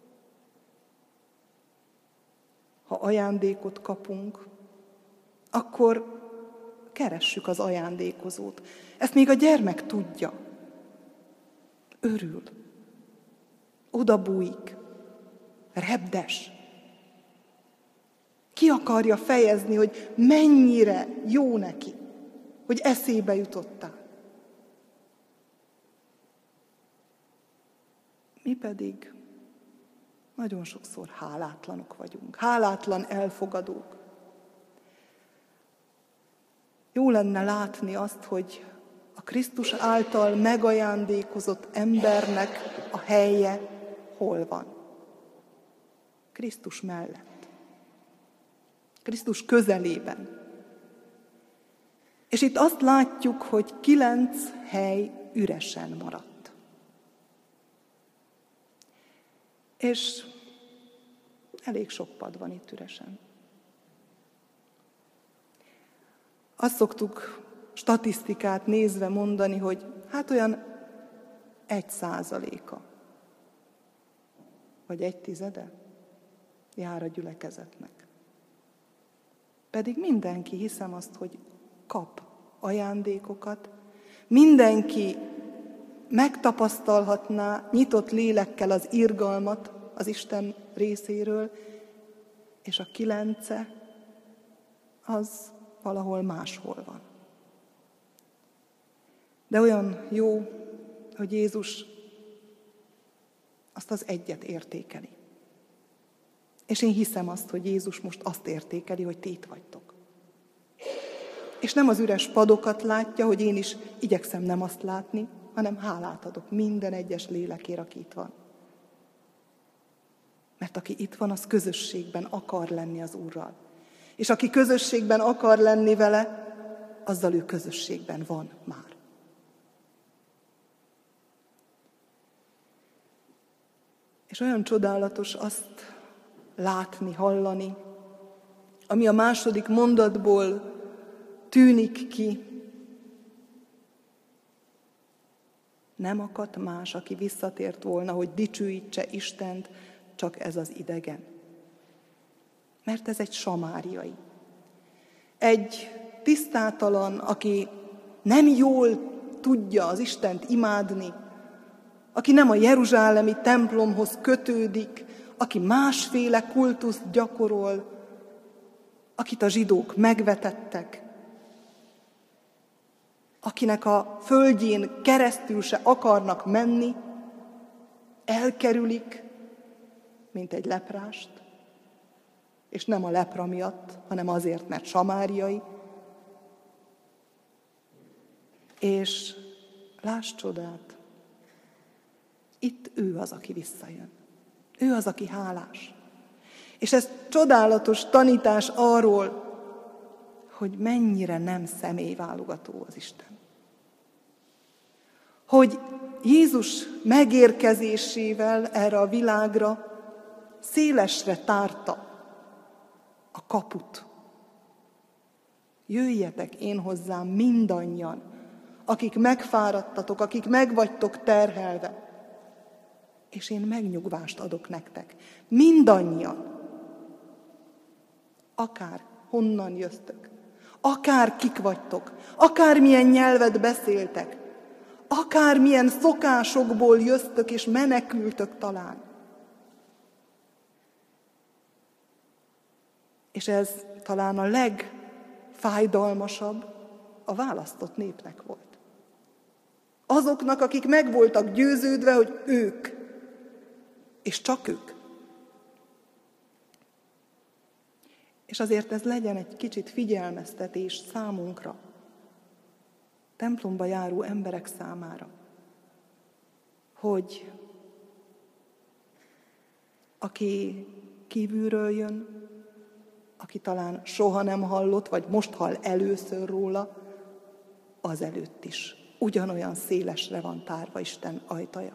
A: Ha ajándékot kapunk, akkor keressük az ajándékozót. Ezt még a gyermek tudja. Örül. Odabújik. Repdes. Ki akarja fejezni, hogy mennyire jó neki, hogy eszébe jutottál. Mi pedig nagyon sokszor hálátlanok vagyunk, hálátlan elfogadók. Jó lenne látni azt, hogy a Krisztus által megajándékozott embernek a helye hol van. Krisztus mellett. Krisztus közelében. És itt azt látjuk, hogy 9 hely üresen maradt. És elég sok pad van itt üresen. Azt szoktuk statisztikát nézve mondani, hogy hát olyan 1%-a, vagy 1/10 jár a gyülekezetnek. Pedig mindenki, hiszem azt, hogy kap ajándékokat, mindenki megtapasztalhatná nyitott lélekkel az irgalmat az Isten részéről, és a 9 az valahol máshol van. De olyan jó, hogy Jézus azt az egyet értékeli. És én hiszem azt, hogy Jézus most azt értékeli, hogy ti itt vagytok. És nem az üres padokat látja, hogy én is igyekszem nem azt látni, hanem hálát adok minden egyes lélekért, aki itt van. Mert aki itt van, az közösségben akar lenni az Úrral. És aki közösségben akar lenni vele, azzal ő közösségben van már. És olyan csodálatos azt látni, hallani, ami a második mondatból tűnik ki. Nem akadt más, aki visszatért volna, hogy dicsőítse Istent, csak ez az idegen. Mert ez egy samáriai. Egy tisztátalan, aki nem jól tudja az Istent imádni, aki nem a jeruzsálemi templomhoz kötődik, aki másféle kultuszt gyakorol, akit a zsidók megvetettek, akinek a földjén keresztül se akarnak menni, elkerülik, mint egy leprást, és nem a lepra miatt, hanem azért, mert samáriai. És láss csodát, itt ő az, aki visszajön. Ő az, aki hálás. És ez csodálatos tanítás arról, hogy mennyire nem személyválogató az Isten. Hogy Jézus megérkezésével erre a világra szélesre tárta a kaput. Jöjjetek én hozzám mindannyian, akik megfáradtatok, akik megvagytok terhelve, és én megnyugvást adok nektek. Mindannyian. Akár honnan jöztök, akár kik vagytok, akármilyen nyelvet beszéltek, akármilyen szokásokból jöztök és menekültök talán. És ez talán a legfájdalmasabb a választott népnek volt. Azoknak, akik meg voltak győződve, hogy ők, és csak ők. És azért ez legyen egy kicsit figyelmeztetés számunkra, templomba járó emberek számára, hogy aki kívülről jön, aki talán soha nem hallott, vagy most hall először róla, az előtt is ugyanolyan szélesre van tárva Isten ajtaja.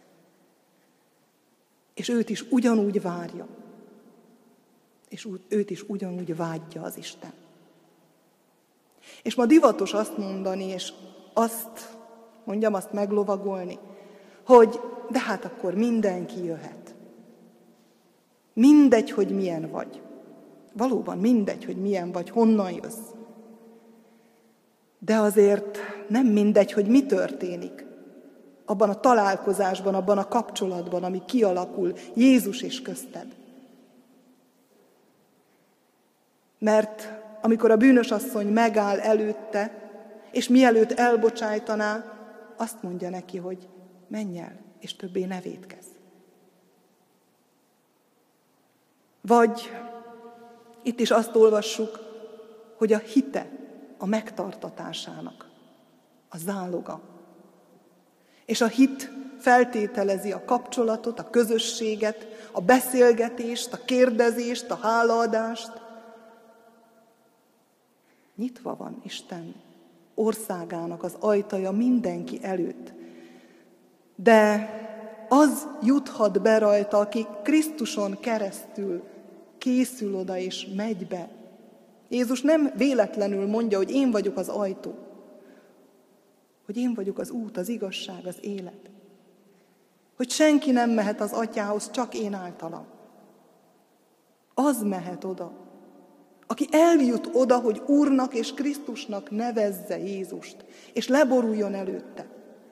A: És őt is ugyanúgy várja, és őt is ugyanúgy vágyja az Isten. És ma divatos azt mondani, és azt meglovagolni, hogy de hát akkor mindenki jöhet. Mindegy, hogy milyen vagy. Valóban mindegy, hogy milyen vagy, honnan jössz. De azért nem mindegy, hogy mi történik abban a találkozásban, abban a kapcsolatban, ami kialakul Jézus és közted. Mert amikor a bűnös asszony megáll előtte, és mielőtt elbocsájtaná, azt mondja neki, hogy menj el, és többé ne vétkezz. Vagy itt is azt olvassuk, hogy a hite a megtartatásának a záloga. És a hit feltételezi a kapcsolatot, a közösséget, a beszélgetést, a kérdezést, a hálaadást. Nyitva van Isten országának az ajtaja mindenki előtt. De az juthat be rajta, aki Krisztuson keresztül készül oda és megy be. Jézus nem véletlenül mondja, hogy én vagyok az ajtó, hogy én vagyok az út, az igazság, az élet. Hogy senki nem mehet az Atyához, csak én általam. Az mehet oda, aki eljut oda, hogy Úrnak és Krisztusnak nevezze Jézust, és leboruljon előtte.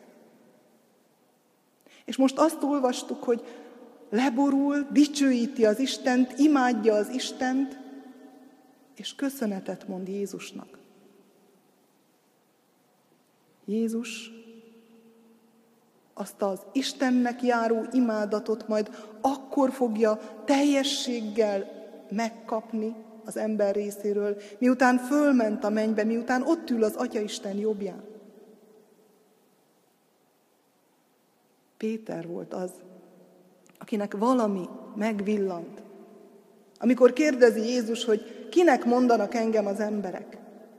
A: És most azt olvastuk, hogy leborul, dicsőíti az Istent, imádja az Istent, és köszönetet mond Jézusnak. Jézus azt az Istennek járó imádatot majd akkor fogja teljességgel megkapni az ember részéről, miután fölment a mennybe, miután ott ül az Atyaisten jobbján. Péter volt az, akinek valami megvillant. Amikor kérdezi Jézus, hogy kinek mondanak engem az emberek?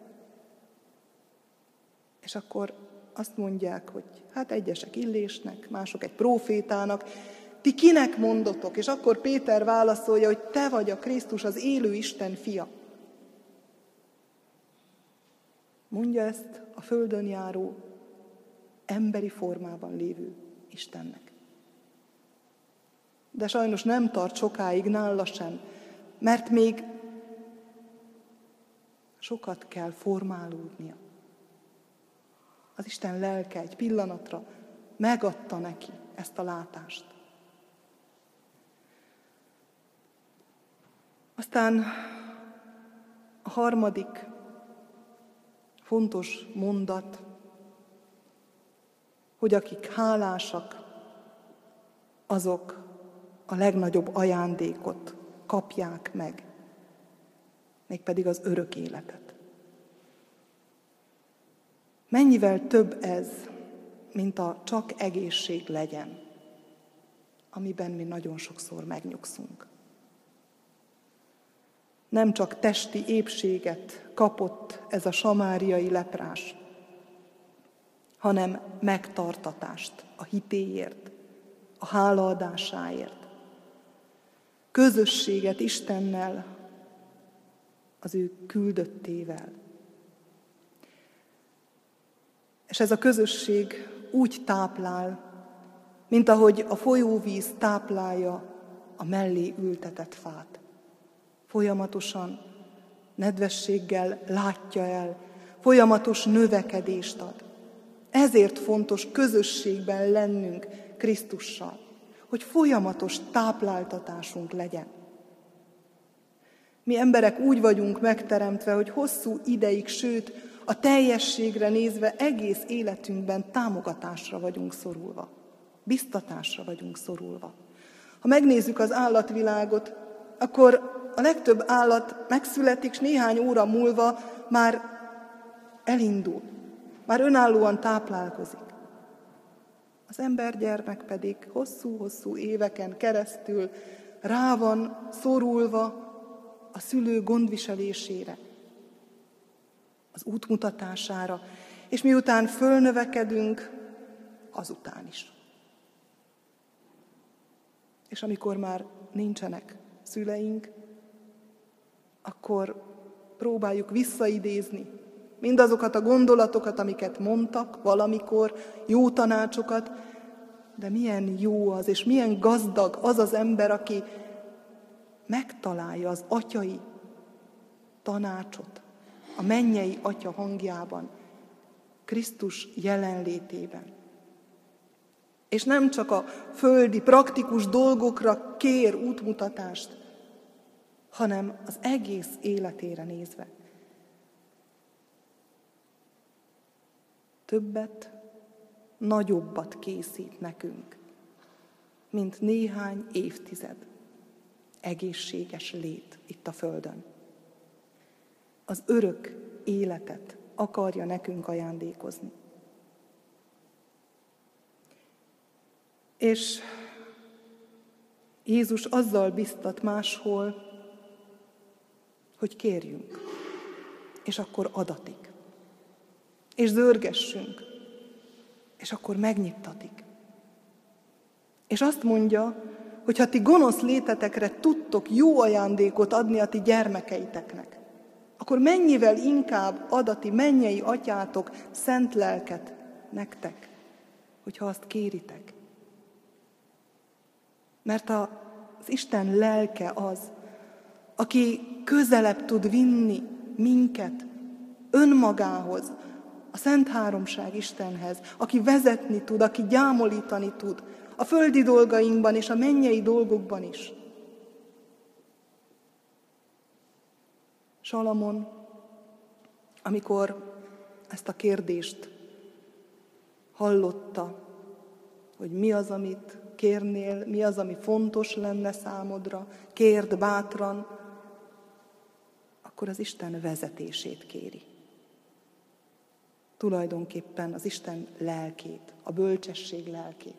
A: És akkor azt mondják, hogy hát egyesek Illésnek, mások egy prófétának, Ti kinek mondotok? És akkor Péter válaszolja, hogy te vagy a Krisztus, az élő Isten fia. Mondja ezt a földön járó, emberi formában lévő Istennek. De sajnos nem tart sokáig nála sem, mert még sokat kell formálódnia. Az Isten lelke egy pillanatra megadta neki ezt a látást. Aztán a harmadik fontos mondat, hogy akik hálásak, azok a legnagyobb ajándékot kapják meg, mégpedig az örök életet. Mennyivel több ez, mint a csak egészség legyen, amiben mi nagyon sokszor megnyugszunk. Nem csak testi épséget kapott ez a samáriai leprás, hanem megtartatást a hitéért, a hálaadásáért, közösséget Istennel, az ő küldöttével. És ez a közösség úgy táplál, mint ahogy a folyóvíz táplálja a mellé ültetett fát. Folyamatosan, nedvességgel látja el, folyamatos növekedést ad. Ezért fontos közösségben lennünk Krisztussal, hogy folyamatos tápláltatásunk legyen. Mi emberek úgy vagyunk megteremtve, hogy hosszú ideig, sőt, a teljességre nézve egész életünkben támogatásra vagyunk szorulva, biztatásra vagyunk szorulva. Ha megnézzük az állatvilágot, akkor a legtöbb állat megszületik, és néhány óra múlva már elindul, már önállóan táplálkozik. Az embergyermek pedig hosszú-hosszú éveken keresztül rá van szorulva a szülő gondviselésére, az útmutatására, és miután fölnövekedünk, azután is. És amikor már nincsenek szüleink, akkor próbáljuk visszaidézni mindazokat a gondolatokat, amiket mondtak valamikor, jó tanácsokat, de milyen jó az, és milyen gazdag az az ember, aki megtalálja az atyai tanácsot, a mennyei atya hangjában, Krisztus jelenlétében. És nem csak a földi, praktikus dolgokra kér útmutatást, hanem az egész életére nézve. Többet, nagyobbat készít nekünk, mint néhány évtized egészséges lét itt a földön. Az örök életet akarja nekünk ajándékozni. És Jézus azzal biztat máshol, hogy kérjünk, és akkor adatik. És zörgessünk, és akkor megnyittatik. És azt mondja, hogy ha ti gonosz létetekre tudtok jó ajándékot adni a ti gyermekeiteknek, akkor mennyivel inkább ad a ti mennyei atyátok szent lelket nektek, hogyha azt kéritek. Mert az Isten lelke az, aki közelebb tud vinni minket önmagához, a Szent Háromság Istenhez, aki vezetni tud, aki gyámolítani tud, a földi dolgainkban és a mennyei dolgokban is. Salamon, amikor ezt a kérdést hallotta, hogy mi az, amit kérnél, mi az, ami fontos lenne számodra, kérd bátran, akkor az Isten vezetését kéri. Tulajdonképpen az Isten lelkét, a bölcsesség lelkét.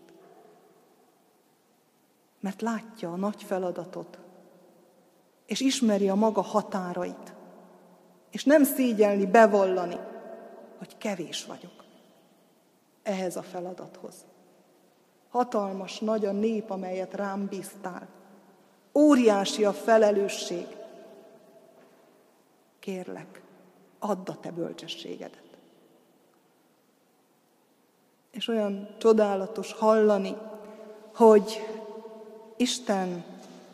A: Mert látja a nagy feladatot, és ismeri a maga határait, és nem szégyelni bevallani, hogy kevés vagyok ehhez a feladathoz. Hatalmas nagy a nép, amelyet rám bíztál. Óriási a felelősség. Kérlek, add a te bölcsességedet. És olyan csodálatos hallani, hogy Isten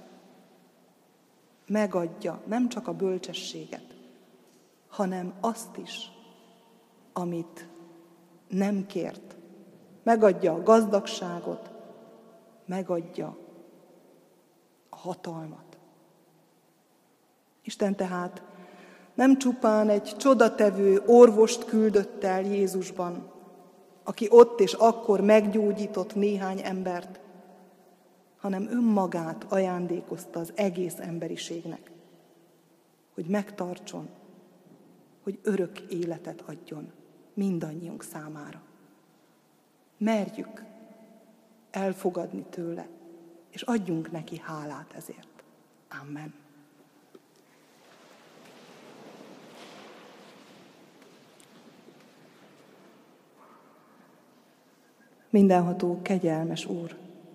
A: megadja nem csak a bölcsességet, hanem azt is, amit nem kért. Megadja a gazdagságot, megadja a hatalmat. Isten tehát nem csupán egy csodatevő orvost küldött el Jézusban, aki ott és akkor meggyógyított néhány embert, hanem önmagát ajándékozta az egész emberiségnek, hogy megtartson, hogy örök életet adjon mindannyiunk számára. Merjük elfogadni tőle, és adjunk neki hálát ezért. Amen. Mindenható, kegyelmes Úr,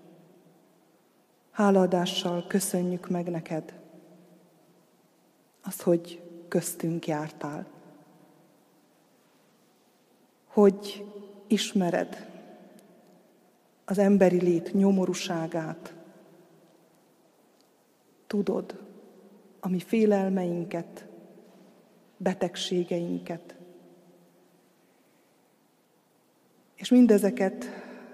A: hálaadással köszönjük meg neked azt, hogy köztünk jártál, hogy ismered az emberi lét nyomorúságát, tudod a mi félelmeinket, betegségeinket, és mindezeket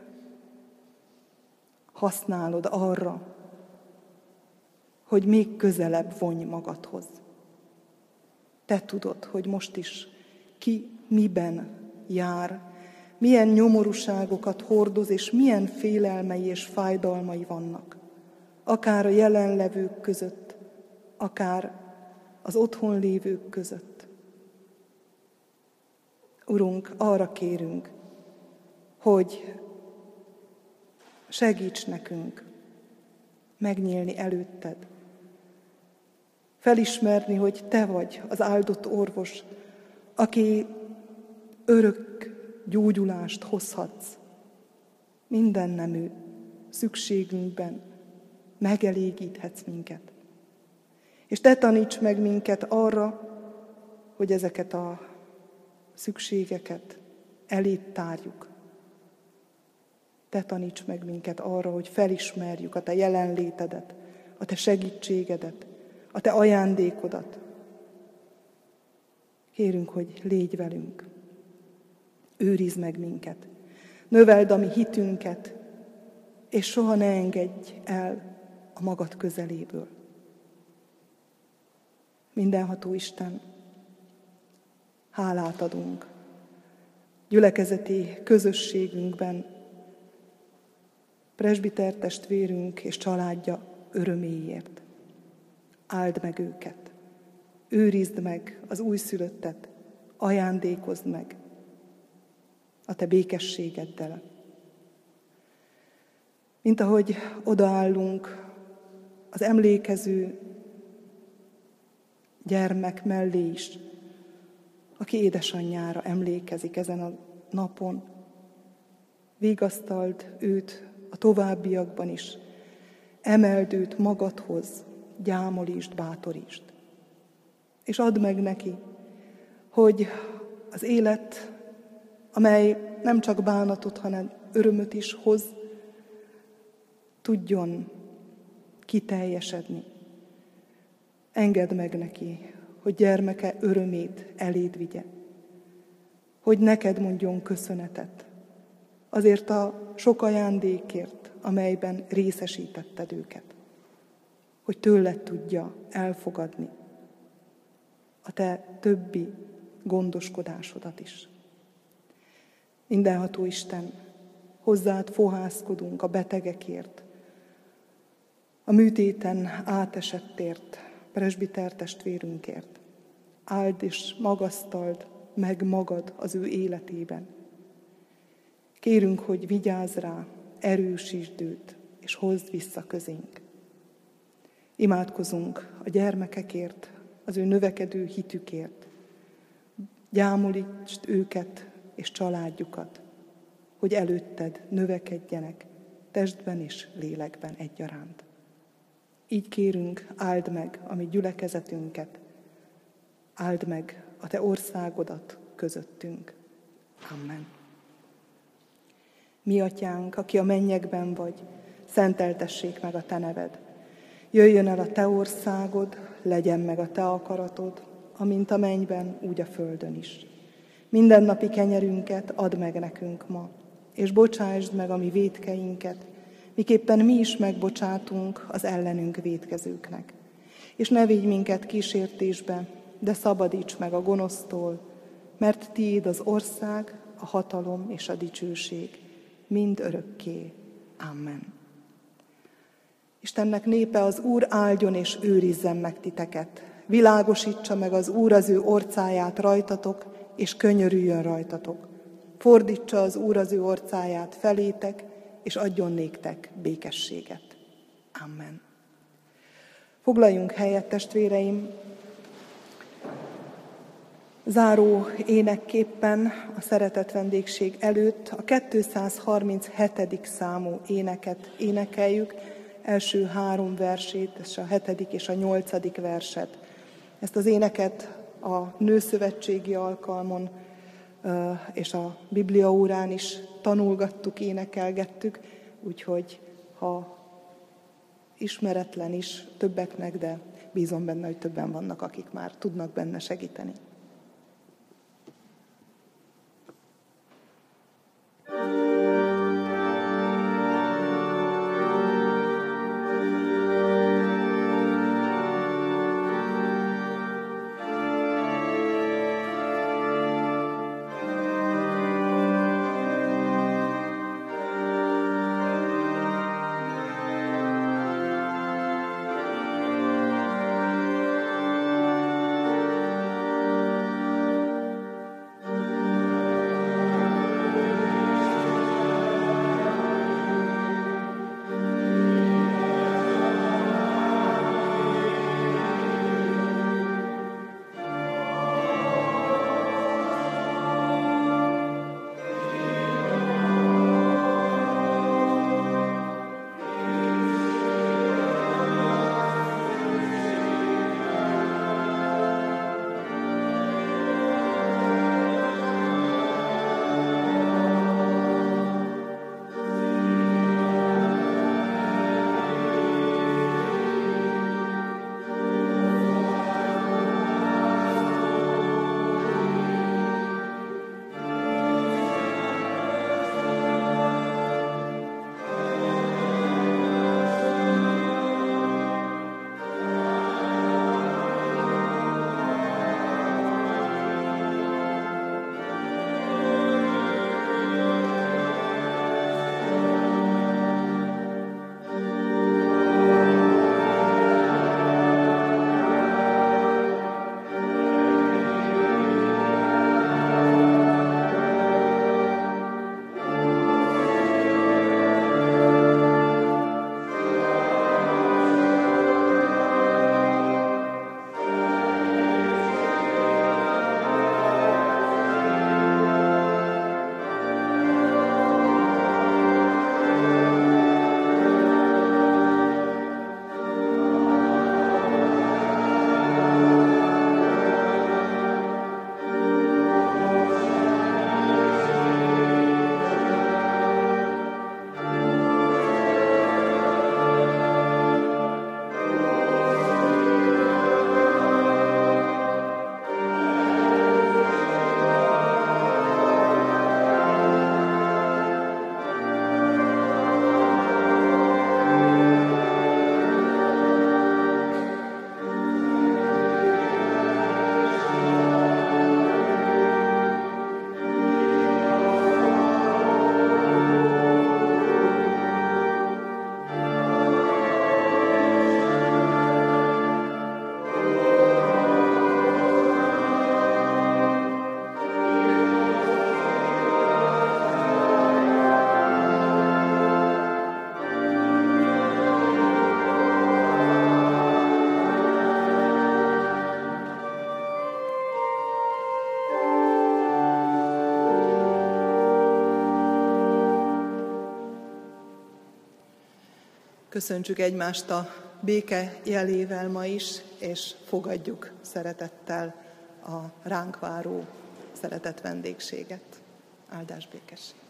A: használod arra, hogy még közelebb vonj magadhoz. Te tudod, hogy most is ki miben jár, milyen nyomorúságokat hordoz, és milyen félelmei és fájdalmai vannak. Akár a jelenlevők között, akár az otthon lévők között. Urunk, arra kérünk, hogy segíts nekünk megnyílni előtted, felismerni, hogy te vagy az áldott orvos, aki örök gyógyulást hozhatsz minden nemű szükségünkben, megelégíthetsz minket. És te taníts meg minket arra, hogy ezeket a szükségeket eléd tárjuk. Te taníts meg minket arra, hogy felismerjük a te jelenlétedet, a te segítségedet, a te ajándékodat. Kérünk, hogy légy velünk. Őrizd meg minket. Növeld a mi hitünket, és soha ne engedj el a magad közeléből. Mindenható Isten, hálát adunk gyülekezeti közösségünkben, presbiter testvérünk és családja öröméért. Áld meg őket, őrizd meg az újszülöttet, ajándékozd meg a te békességeddel. Mint ahogy odaállunk az emlékező gyermek mellé is, aki édesanyjára emlékezik ezen a napon, vigasztald őt a továbbiakban is, emeld őt magadhoz, gyámolítsd, bátorítsd. És add meg neki, hogy az élet, amely nem csak bánatot, hanem örömöt is hoz, tudjon kiteljesedni. Engedd meg neki, hogy gyermeke örömét eléd vigye, hogy neked mondjon köszönetet azért a sok ajándékért, amelyben részesítetted őket, hogy tőled tudja elfogadni a te többi gondoskodásodat is. Mindenható Isten, hozzád fohászkodunk a betegekért, a műtéten átesettért, presbiter testvérünkért. Áld és magasztald meg magad az ő életében. Kérünk, hogy vigyázz rá, erősítsd őt, és hozd vissza közénk. Imádkozunk a gyermekekért, az ő növekedő hitükért. Gyámolítsd őket és családjukat, hogy előtted növekedjenek, testben és lélekben egyaránt. Így kérünk, áld meg a mi gyülekezetünket, áld meg a te országodat közöttünk. Amen. Mi atyánk, aki a mennyekben vagy, szenteltessék meg a te neved. Jöjjön el a te országod, legyen meg a te akaratod, amint a mennyben, úgy a földön is. Mindennapi kenyerünket add meg nekünk ma, és bocsásd meg a mi vétkeinket, miképpen mi is megbocsátunk az ellenünk vétkezőknek. És ne vigy minket kísértésbe, de szabadíts meg a gonosztól, mert tiéd az ország, a hatalom és a dicsőség, mind örökké. Amen. Istennek népe, az Úr áldjon és őrizzen meg titeket. Világosítsa meg az Úr az ő orcáját rajtatok, és könyörüljön rajtatok. Fordítsa az Úr az ő orcáját felétek, és adjon néktek békességet. Amen. Foglaljunk helyet, testvéreim! Záró énekképpen a szeretett vendégség előtt a 237. számú éneket énekeljük, első 3 versét, és a 7. és a 8. verset. Ezt az éneket a nőszövetségi alkalmon és a bibliaórán is tanulgattuk, énekelgettük, úgyhogy ha ismeretlen is többeknek, de bízom benne, hogy többen vannak, akik már tudnak benne segíteni. Köszöntsük egymást a béke jelével ma is, és fogadjuk szeretettel a ránk váró szeretett vendégséget. Áldás békesség!